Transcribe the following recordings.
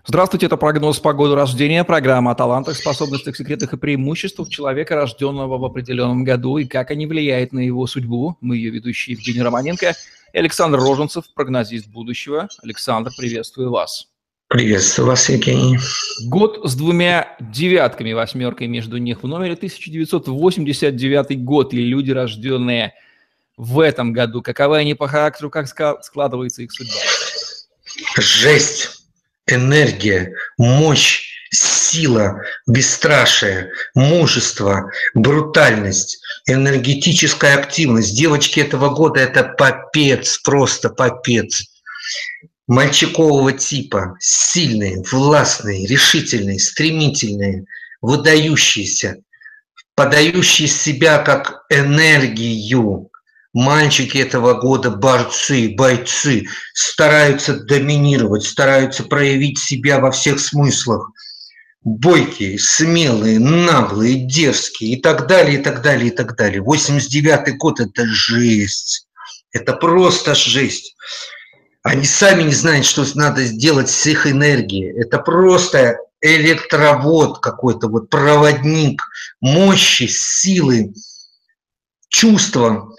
Здравствуйте, это прогноз погоды рождения, программа о талантах, способностях, секретах и преимуществах человека, рожденного в определенном году, и как они влияют на его судьбу. Мы ее ведущие Евгений Романенко и Александр Роженцев, прогнозист будущего. Александр, приветствую вас. Приветствую вас, Евгений. Год с двумя девятками, восьмеркой между них в номере 1989 год, и люди, рожденные в этом году. Каковы они по характеру, как складывается их судьба? Жесть, энергия, мощь, сила, бесстрашие, мужество, брутальность, энергетическая активность. Девочки этого года – это попец, просто попец. Мальчикового типа, сильные, властные, решительные, стремительные, выдающиеся, подающие себя как энергию. Мальчики этого года борцы, бойцы, стараются доминировать, стараются проявить себя во всех смыслах. Бойкие, смелые, наглые, дерзкие и так далее, и так далее, и так далее. 89-й год – это жесть. Это просто жесть. Они сами не знают, что надо сделать с их энергией. Это просто электровод какой-то, вот проводник мощи, силы, чувства.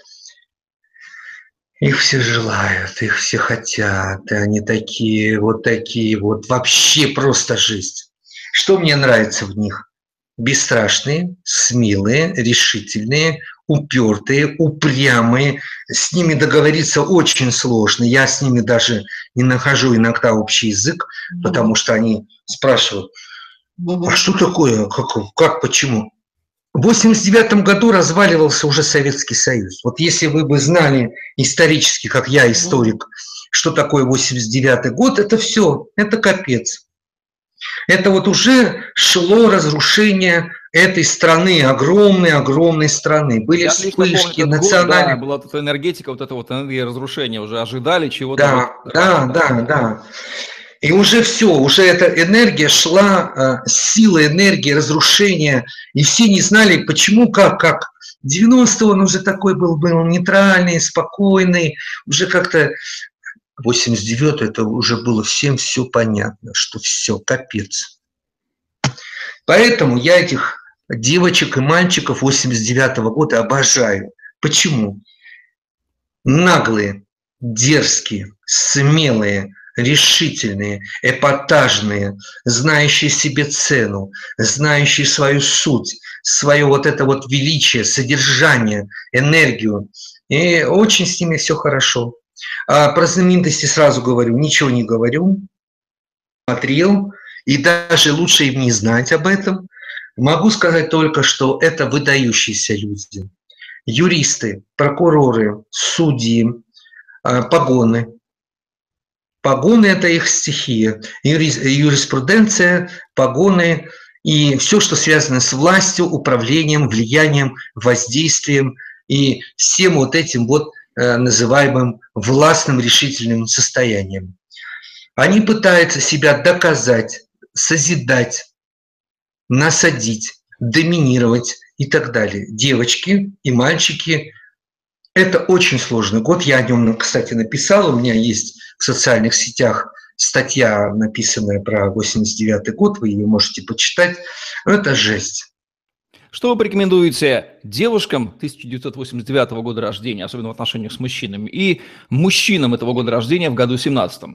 Их все желают, их все хотят, и они такие вот, вообще просто жесть. Что мне нравится в них? Бесстрашные, смелые, решительные, упертые, упрямые. С ними договориться очень сложно. Я с ними даже не нахожу иногда общий язык, потому что они спрашивают, а что такое, как почему? В 1989 году разваливался уже Советский Союз. Вот если вы бы знали исторически, как я историк, что такое 1989 год, это все, это капец. Это вот уже шло разрушение этой страны, огромной страны. Были вспышки национальные. Да, была эта энергетика, вот эта вот энергия разрушения, уже ожидали чего-то. Да. И уже все, уже эта энергия шла, сила энергии, разрушения, и все не знали, почему, как. 90-й он уже такой был нейтральный, спокойный, уже как-то 89-й это уже было всем все понятно, что все, капец. Поэтому я этих девочек и мальчиков 89-го года обожаю. Почему? Наглые, дерзкие, смелые, решительные, эпатажные, знающие себе цену, знающие свою суть, свое вот это вот величие, содержание, энергию. И очень с ними все хорошо. А про знаменитости сразу говорю, ничего не говорю. Смотрел, и даже лучше им не знать об этом. Могу сказать только, что это выдающиеся люди. Юристы, прокуроры, судьи, погоны. Погоны – это их стихия. Юриспруденция, погоны и все, что связано с властью, управлением, влиянием, воздействием и всем вот этим вот называемым властным решительным состоянием. Они пытаются себя доказать, созидать, насадить, доминировать и так далее. Девочки и мальчики – это очень сложный год. Я о нем, кстати, написал. У меня есть в социальных сетях статья, написанная про 89-й год. Вы ее можете почитать. Это жесть. Что вы порекомендуете девушкам 1989 года рождения, особенно в отношениях с мужчинами, и мужчинам этого года рождения в году 17-м?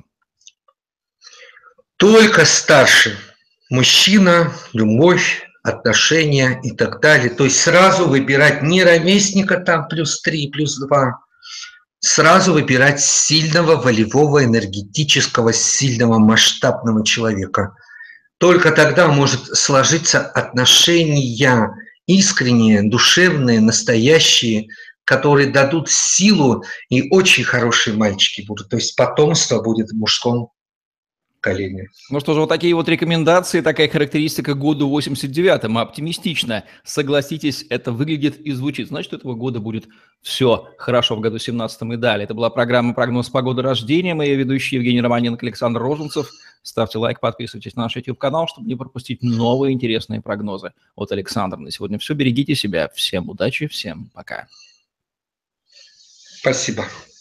Только старше. Мужчина, любовь, отношения и так далее. То есть сразу выбирать не ровесника там +3, +2, сразу выбирать сильного, волевого, энергетического, сильного, масштабного человека. Только тогда может сложиться отношения искренние, душевные, настоящие, которые дадут силу, и очень хорошие мальчики будут. То есть потомство будет в мужском поколении. Ну что же, вот такие вот рекомендации, такая характеристика году 89-м. Оптимистично. Согласитесь, это выглядит и звучит. Значит, этого года будет все хорошо в году 17-м и далее. Это была программа «Прогноз погоды рождения». Мои ведущие Евгений Романенко, Александр Роженцев. Ставьте лайк, подписывайтесь на наш YouTube-канал, чтобы не пропустить новые интересные прогнозы от Александра. На сегодня все. Берегите себя. Всем удачи, всем пока. Спасибо.